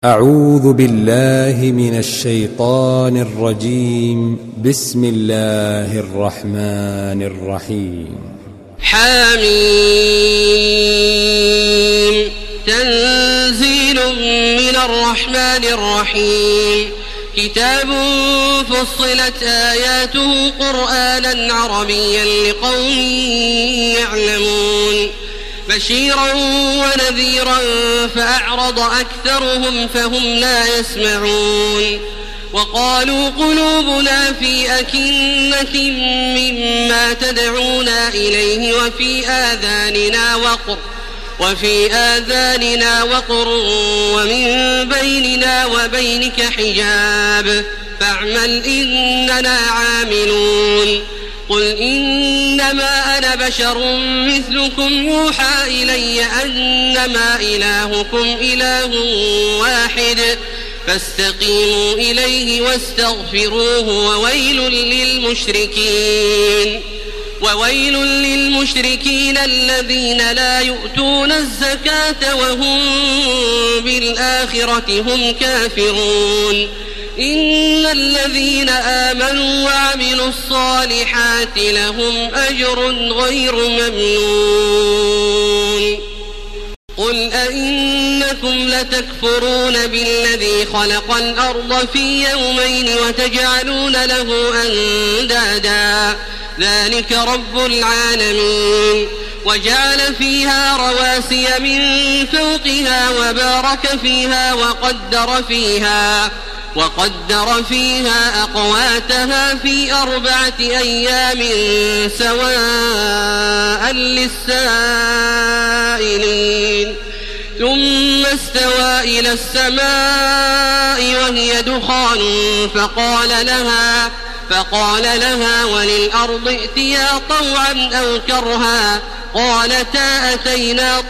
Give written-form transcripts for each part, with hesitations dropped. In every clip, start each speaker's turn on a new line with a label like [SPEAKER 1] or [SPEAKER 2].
[SPEAKER 1] أعوذ بالله من الشيطان الرجيم. بسم الله الرحمن الرحيم.
[SPEAKER 2] حميم. تنزيل من الرحمن الرحيم. كتاب فصلت آياته قرآنا عربيا لقوم يعلمون بشيرا ونذيرا فأعرض أكثرهم فهم لا يسمعون. وقالوا قلوبنا في أكنة مما تدعونا إليه وفي آذاننا وقر ومن بيننا وبينك حجاب فاعمل إننا عاملون. قل إنما أنا بشر مثلكم يوحى إلي أنما إلهكم إله واحد فاستقيموا إليه واستغفروه وويل للمشركين الذين لا يؤتون الزكاة وهم بالآخرة هم كافرون. إن الذين آمنوا وعملوا الصالحات لهم أجر غير ممنون. قل أئنكم لتكفرون بالذي خلق الأرض في يومين وتجعلون له أندادا ذلك رب العالمين. وجعل فيها رواسي من فوقها وبارك فيها وقدر فيها أقواتها في 4 أيام سواء للسائلين. ثم استوى إلى السماء وهي دخان فقال لها وللأرض ائتيا طوعا أو كرها قالتا أتينا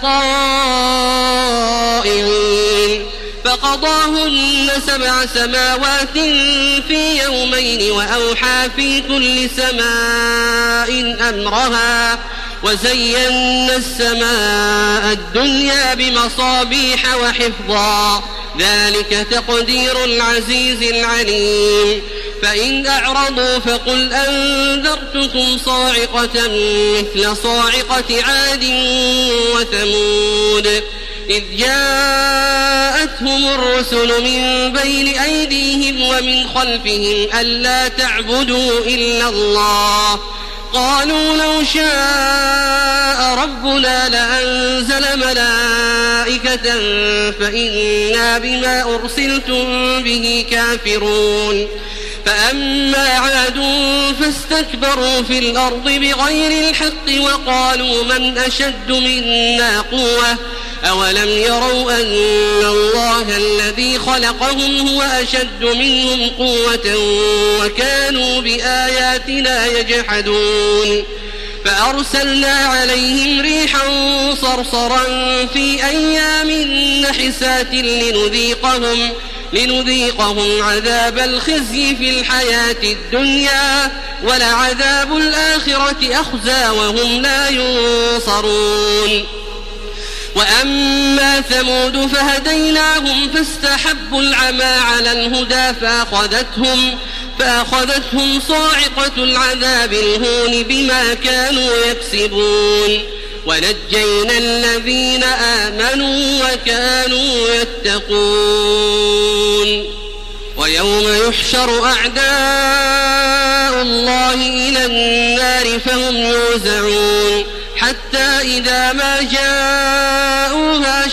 [SPEAKER 2] طائعين. فقضاهن 7 سماوات في يومين وأوحى في كل سماء أمرها وزينا السماء الدنيا بمصابيح وحفظا ذلك تقدير العزيز العليم. فإن أعرضوا فقل أنذرتكم صاعقة مثل صاعقة عاد وثمود إذ جاءتهم الرسل من بين أيديهم ومن خلفهم ألا تعبدوا إلا الله قالوا لو شاء ربنا لأنزل ملائكة فإنا بما أرسلتم به كافرون. فأما عاد فاستكبروا في الأرض بغير الحق وقالوا من أشد منا قوة أولم يروا أن الله الذي خلقهم هو أشد منهم قوة وكانوا بآياتنا يجحدون. فأرسلنا عليهم ريحا صرصرا في أيام نحسات لنذيقهم عذاب الخزي في الحياة الدنيا ولعذاب الآخرة أخزى وهم لا ينصرون. وأما ثمود فهديناهم فاستحبوا العمى على الهدى فأخذتهم صاعقة العذاب الهون بما كانوا يكسبون. ونجينا الذين آمنوا وكانوا يتقون. ويوم يحشر أعداء الله إلى النار فهم يوزعون حتى إذا ما جاءوها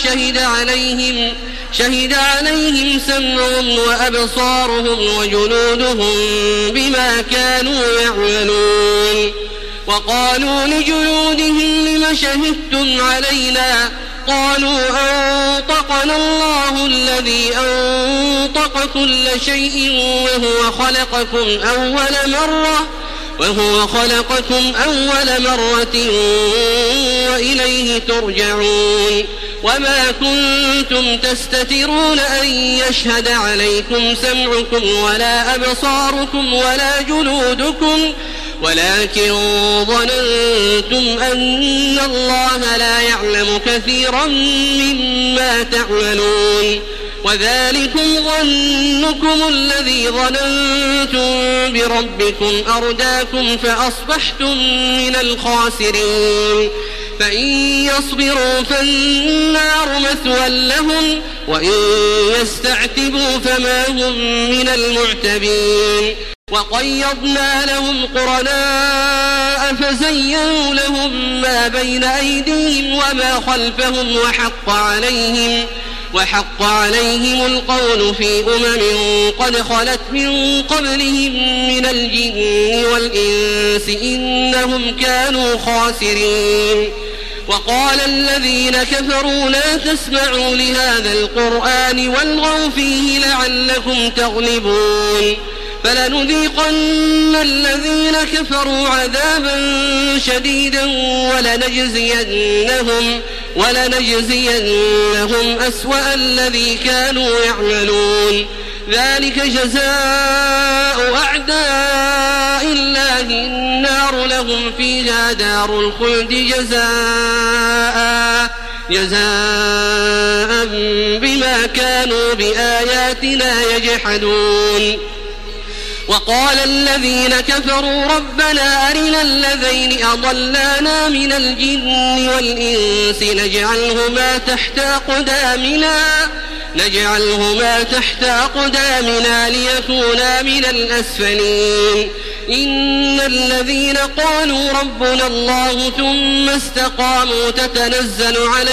[SPEAKER 2] شهد عليهم سمعهم وأبصارهم وجلودهم بما كانوا يعملون. وقالوا لجلودهم لم شهدتم علينا قالوا أنطقنا الله الذي أنطق كل شيء وهو خلقكم أول مرة وإليه ترجعون. وما كنتم تستترون أن يشهد عليكم سمعكم ولا أبصاركم ولا جلودكم ولكن ظننتم أن الله لا يعلم كثيرا مما تعملون. وذلكم ظنكم الذي ظننتم بربكم أرداكم فأصبحتم من الخاسرين فإن يصبروا فالنار مثوى لهم وإن يستعتبوا فما هم من المعتبين وقيضنا لهم قرناء فزينوا لهم ما بين أيديهم وما خلفهم وحق عليهم القول في قد خلت من قبلهم من الجن والإنس إنهم كانوا خاسرين وقال الذين كفروا لا تسمعوا لهذا القرآن والغوا فيه لعلكم تغلبون فلنذيقن الذين كفروا عذابا شديدا ولنجزينهم أسوأ الذي كانوا يعملون ذلك جزاء أعداء الله النار لهم فيها دار الخلد جزاء بما كانوا بآياتنا يجحدون وقال الذين كفروا ربنا أرنا الذين أضلانا من الجن والإنس نجعلهما تحت أقدامنا ليكونا من الأسفلين إن الذين قالوا ربنا الله ثم استقاموا تتنزل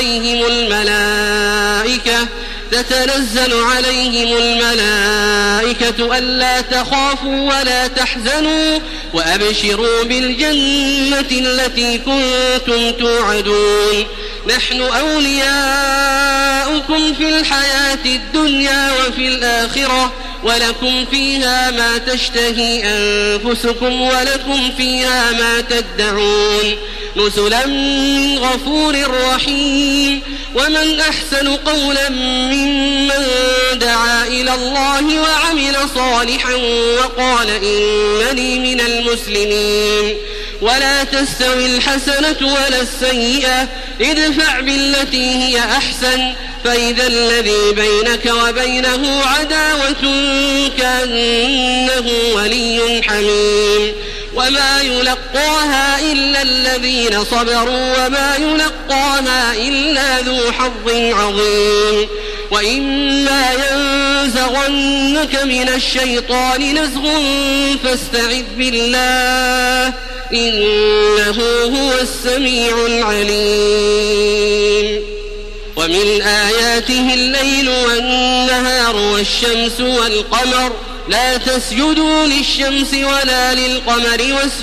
[SPEAKER 2] عليهم الملائكة ألا تخافوا ولا تحزنوا وأبشروا بالجنة التي كنتم توعدون نحن أولياؤكم في الحياة الدنيا وفي الآخرة ولكم فيها ما تشتهي أنفسكم ولكم فيها ما تدعون نزلا من غفور رحيم ومن أحسن قولا ممن دعا إلى الله وعمل صالحا وقال إنني من المسلمين ولا تستوي الحسنة ولا السيئة ادفع بالتي هي أحسن فإذا الذي بينك وبينه عداوة كأنه ولي حميم وما يلقاها إلا الذين صبروا وما يلقاها إلا ذو حظ عظيم وإما ينزغنك من الشيطان نزغ فاستعذ بالله إنه هو السميع العليم ومن آياته الليل والنهار والشمس والقمر لا تسجدوا للشمس ولا للقمر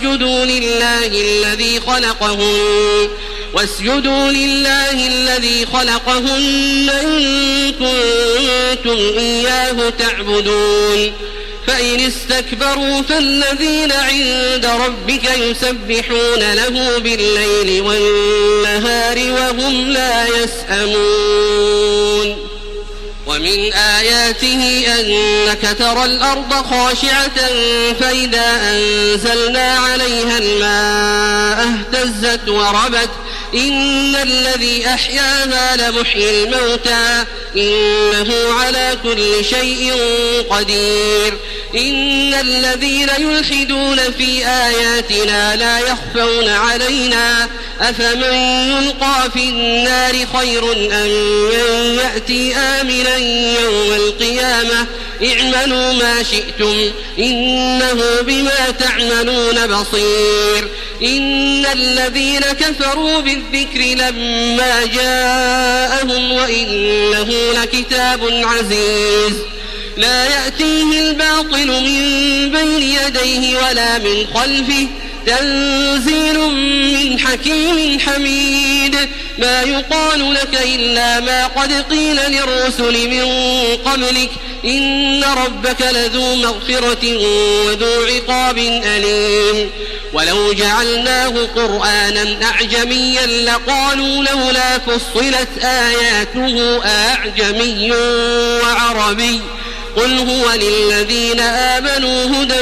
[SPEAKER 2] واسجدوا لله الذي خلقهن إن كنتم إياه تعبدون فإن استكبروا فالذين عند ربك يسبحون له بالليل والنهار وهم لا يسأمون ومن آياته أنك ترى الأرض خاشعة فإذا أنزلنا عليها الماء اهتزت وربت إن الذي أحياها لمحيي الموتى إنه على كل شيء قدير إن الذين يلحدون في آياتنا لا يخفون علينا أفمن يلقى في النار خير أم من يأتي آمنا يوم القيامة اعملوا ما شئتم إنه بما تعملون بصير إن الذين كفروا بالذكر لما جاءهم وإنه لكتاب عزيز لا يأتيه الباطل من بين يديه ولا من خلفه تنزيل من حكيم حميد ما يقال لك إلا ما قد قيل للرسل من قبلك إن ربك لذو مغفرة وذو عقاب أليم ولو جعلناه قرآنا أعجميا لقالوا لولا فصلت آياته أعجمي وعربي قل هو للذين آمنوا هدى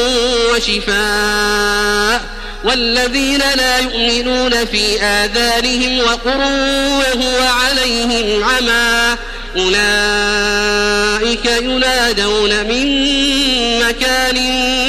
[SPEAKER 2] وشفاء والذين لا يؤمنون في آذانهم وقر وهو عليهم عمى أولئك ينادون من مكان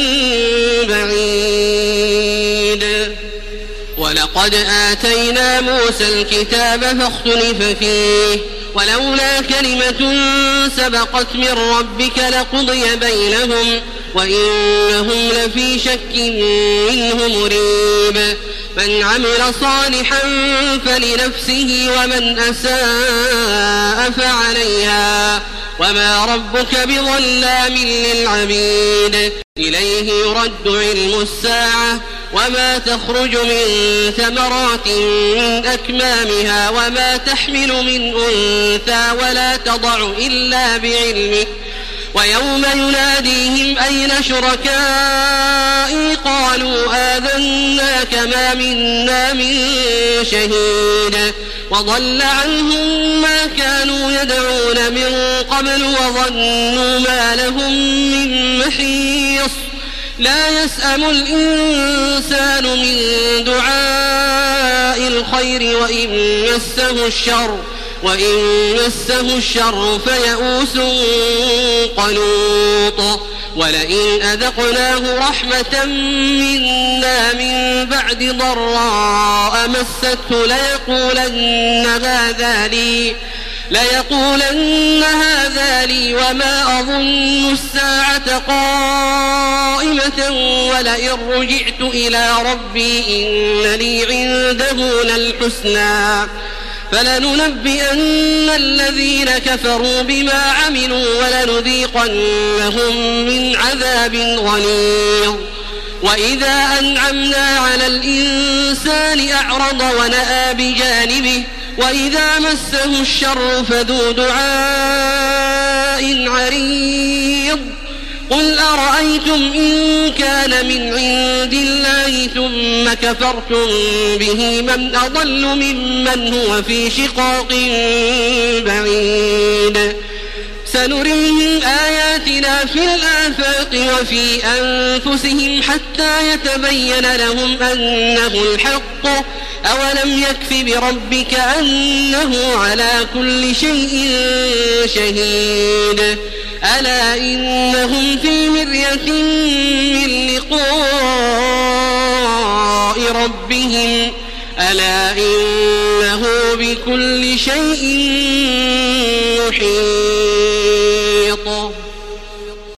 [SPEAKER 2] بعيد. ولقد آتينا موسى الكتاب فاختلف فيه ولولا كلمة سبقت من ربك لقضي بينهم وإنهم لفي شك منه مريب. من عمل صالحا فلنفسه ومن أساء فعليها وما ربك بظلام للعبيد. إليه يرد علم الساعة وما تخرج من ثمرات من أكمامها وما تحمل من أنثى ولا تضع إلا بعلمه. ويوم يناديهم أين شركائي قالوا آذناك ما منا من شهيد وضل عنهم ما كانوا يدعون من قبل وظنوا ما لهم من محيص. لا يسأم الإنسان من دعاء الخير وإن مسه الشر فيئوس قنوط. ولئن أذقناه رحمة منا من بعد ضراء مسته ليقولن هذا لي وما أظن الساعة قائمة ولئن رجعت إلى ربي إن لي عنده للحسنى فلننبئن الذين كفروا بما عملوا ولنذيقنهم من عذاب غليظ. وإذا أنعمنا على الإنسان أعرض ونأى بجانبه وإذا مسه الشر فذو دعاء عريض. قل أرأيتم إن كان من عند الله ثم كفرتم به من أضل ممن هو في شقاق بعيد. سنريهم آياتنا في الآفاق وفي أنفسهم حتى يتبين لهم أنه الحق. أولم يكف بربك أنه على كل شيء شهيد. ألا إنهم في مرية من لقاء ربهم ألا إنه بكل شيء محيط.